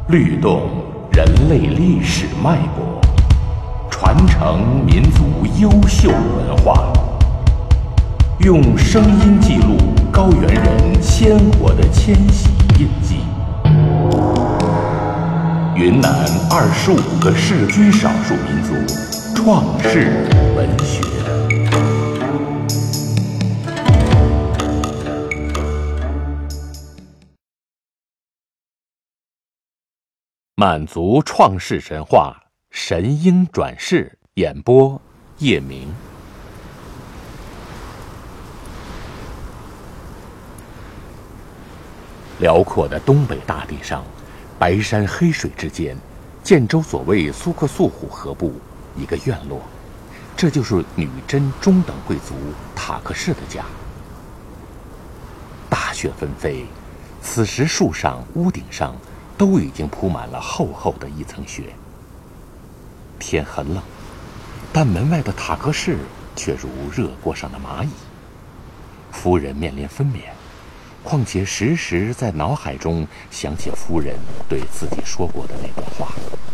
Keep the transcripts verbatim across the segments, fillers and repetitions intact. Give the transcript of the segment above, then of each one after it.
律动人类历史脉搏，传承民族优秀文化，用声音记录高原人鲜活的迁徙印记。云南二十五个世居少数民族创世文学。满族创世神话，神鹰转世，演播叶明。辽阔的东北大地上，白山黑水之间，建州所谓苏克素虎河部一个院落，这就是女真中等贵族塔克氏的家。大雪纷飞，此时树上、屋顶上都已经铺满了厚厚的一层雪。天很冷，但门外的塔克氏却如热锅上的蚂蚁。夫人面临分娩，况且时时在脑海中想起夫人对自己说过的那段话。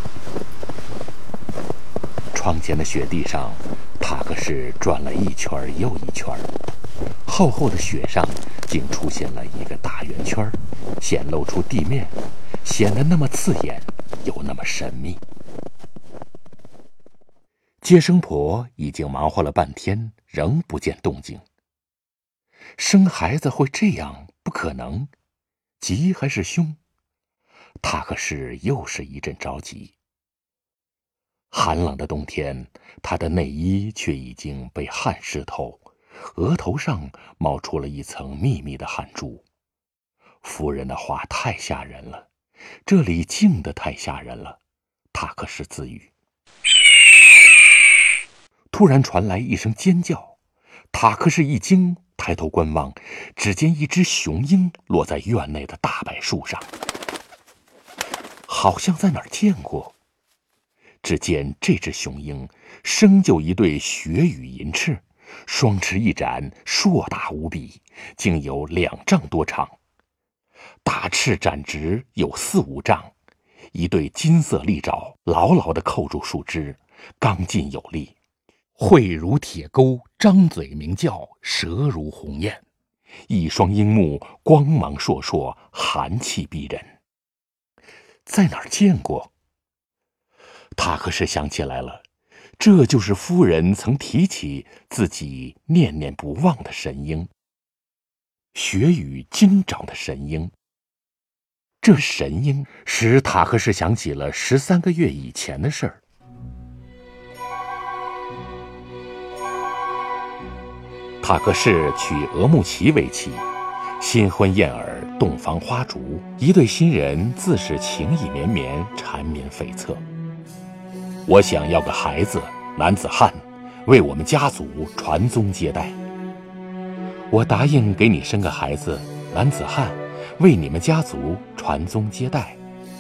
窗前的雪地上，塔克氏转了一圈又一圈，厚厚的雪上竟出现了一个大圆圈，显露出地面，显得那么刺眼，又那么神秘。接生婆已经忙活了半天，仍不见动静。生孩子会这样？不可能，吉还是凶？塔克氏又是一阵着急。寒冷的冬天，他的内衣却已经被汗湿透，额头上冒出了一层密密的汗珠。夫人的话太吓人了，这里静得太吓人了，塔克氏自语。突然传来一声尖叫，塔克氏一惊，抬头观望，只见一只雄鹰落在院内的大柏树上，好像在哪儿见过。只见这只雄鹰生就一对雪羽银翅，双翅一展，硕大无比，竟有两丈多长。大翅展直有四五丈，一对金色利爪牢牢地扣住树枝，刚劲有力，喙如铁钩，张嘴鸣叫，舌如鸿雁，一双鹰目光芒烁烁，寒气逼人。在哪儿见过？塔克氏想起来了，这就是夫人曾提起自己念念不忘的神鹰，雪羽金爪的神鹰。这神鹰使塔克氏想起了十三个月以前的事儿。塔克氏娶额木齐为妻，新婚燕尔，洞房花烛，一对新人自是情意绵绵，缠绵悱恻。我想要个孩子，男子汉，为我们家族传宗接代。我答应给你生个孩子，男子汉，为你们家族传宗接代。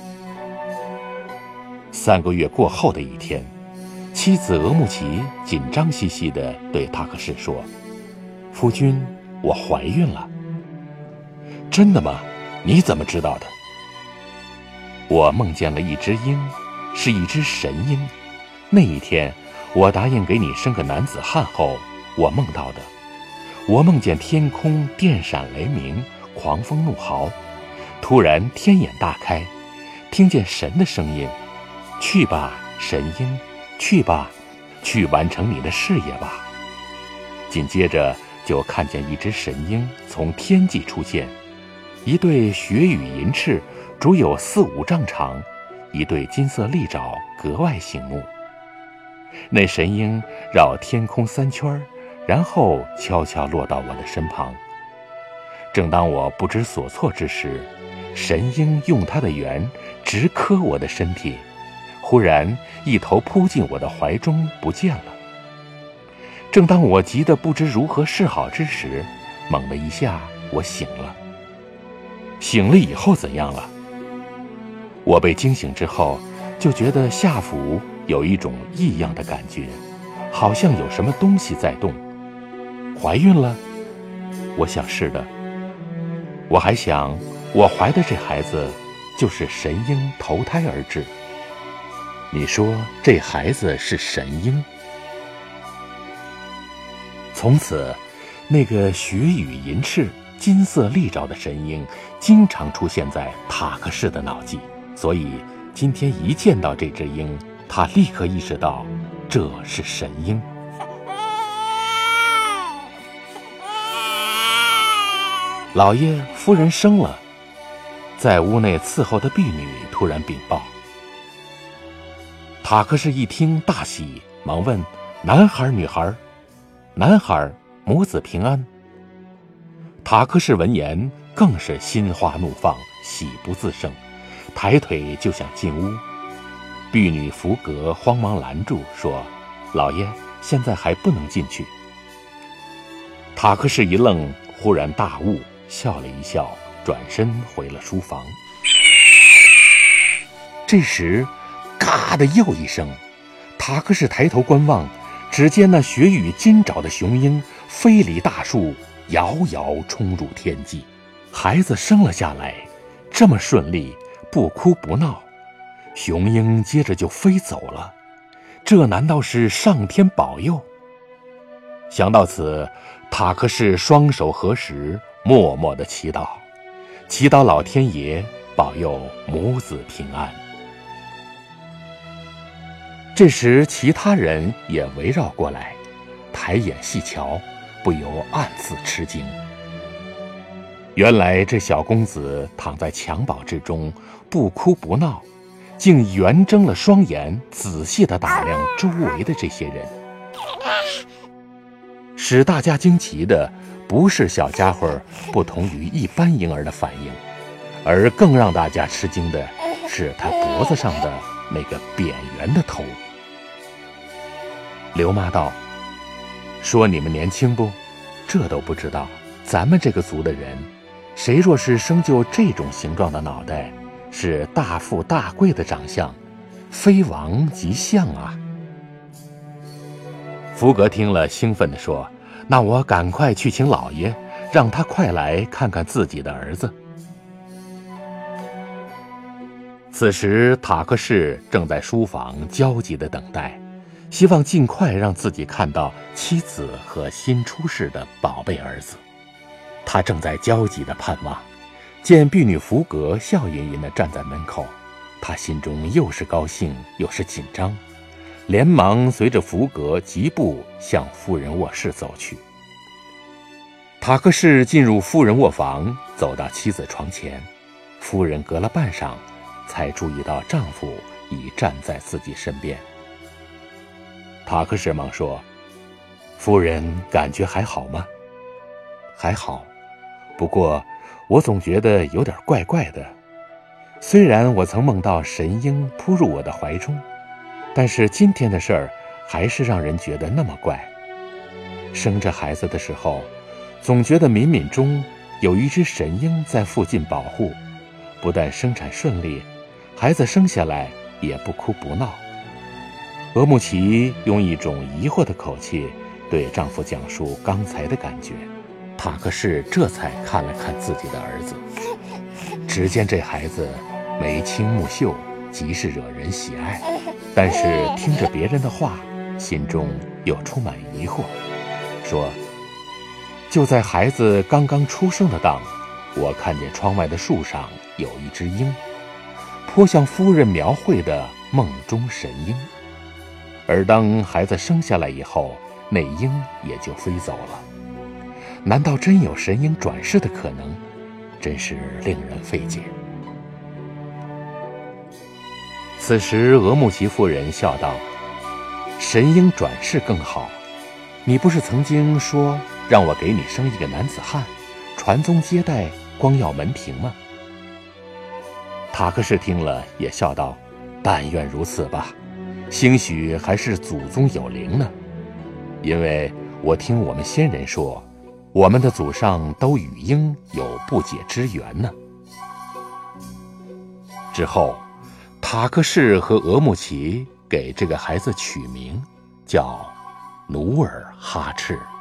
三个月过后的一天，妻子额木齐紧张兮兮地对塔克氏说：“夫君，我怀孕了。”真的吗？你怎么知道的？我梦见了一只鹰，是一只神鹰。那一天，我答应给你生个男子汉后，我梦到的。我梦见天空电闪雷鸣，狂风怒号，突然天眼大开，听见神的声音：“去吧，神鹰，去吧，去完成你的事业吧。”紧接着就看见一只神鹰从天际出现，一对雪羽银翅足有四五丈长，一对金色利爪格外醒目。那神鹰绕天空三圈，然后悄悄落到我的身旁。正当我不知所措之时，神鹰用它的喙直磕我的身体，忽然一头扑进我的怀中，不见了。正当我急得不知如何是好之时，猛地一下，我醒了。醒了以后怎样了？我被惊醒之后，就觉得下腹有一种异样的感觉，好像有什么东西在动。怀孕了？我想是的。我还想，我怀的这孩子就是神鹰投胎而至。你说这孩子是神鹰？从此，那个雪羽银翅、金色利爪的神鹰经常出现在塔克士的脑际，所以今天一见到这只鹰，他立刻意识到这是神鹰。老爷，夫人生了。在屋内伺候的婢女突然禀报。塔克士一听大喜，忙问：男孩女孩？男孩，母子平安。塔克士闻言更是心花怒放，喜不自胜，抬腿就想进屋。婢女福格慌忙拦住，说：老爷，现在还不能进去。塔克士一愣，忽然大悟，笑了一笑，转身回了书房。这时嘎的又一声，塔克士抬头观望，只见那雪羽金爪的雄鹰飞离大树，遥遥冲入天际。孩子生了下来，这么顺利，不哭不闹，雄鹰接着就飞走了，这难道是上天保佑？想到此，塔克士双手合十，默默地祈祷，祈祷老天爷保佑母子平安。这时其他人也围绕过来，抬眼细瞧，不由暗自吃惊。原来这小公子躺在襁褓之中，不哭不闹，竟圆睁了双眼，仔细地打量周围的这些人。使大家惊奇的不是小家伙不同于一般婴儿的反应，而更让大家吃惊的是他脖子上的那个扁圆的头。刘妈道：说你们年轻不？这都不知道，咱们这个族的人，谁若是生就这种形状的脑袋，是大富大贵的长相，非王即相啊。福格听了兴奋地说：那我赶快去请老爷，让他快来看看自己的儿子。此时塔克士正在书房焦急地等待，希望尽快让自己看到妻子和新出世的宝贝儿子。他正在焦急地盼望，见婢女福格笑吟吟地站在门口，他心中又是高兴又是紧张，连忙随着福格疾步向夫人卧室走去。塔克士进入夫人卧房，走到妻子床前，夫人隔了半晌才注意到丈夫已站在自己身边。塔克士忙说：夫人感觉还好吗？还好，不过我总觉得有点怪怪的。虽然我曾梦到神鹰扑入我的怀中，但是今天的事儿还是让人觉得那么怪。生这孩子的时候，总觉得敏敏中有一只神鹰在附近保护，不但生产顺利，孩子生下来也不哭不闹。俄木齐用一种疑惑的口气对丈夫讲述刚才的感觉，塔克士这才看了看自己的儿子，只见这孩子眉清目秀，极是惹人喜爱，但是听着别人的话，心中又充满疑惑，说：就在孩子刚刚出生的当，我看见窗外的树上有一只鹰，颇像夫人描绘的梦中神鹰，而当孩子生下来以后，那鹰也就飞走了。难道真有神鹰转世的可能？真是令人费解。此时俄木齐夫人笑道：神鹰转世更好，你不是曾经说让我给你生一个男子汉，传宗接代，光耀门庭吗？塔克士听了也笑道：但愿如此吧，兴许还是祖宗有灵呢。因为我听我们先人说，我们的祖上都与鹰有不解之缘呢。之后塔克士和俄木齐给这个孩子取名叫努尔哈赤。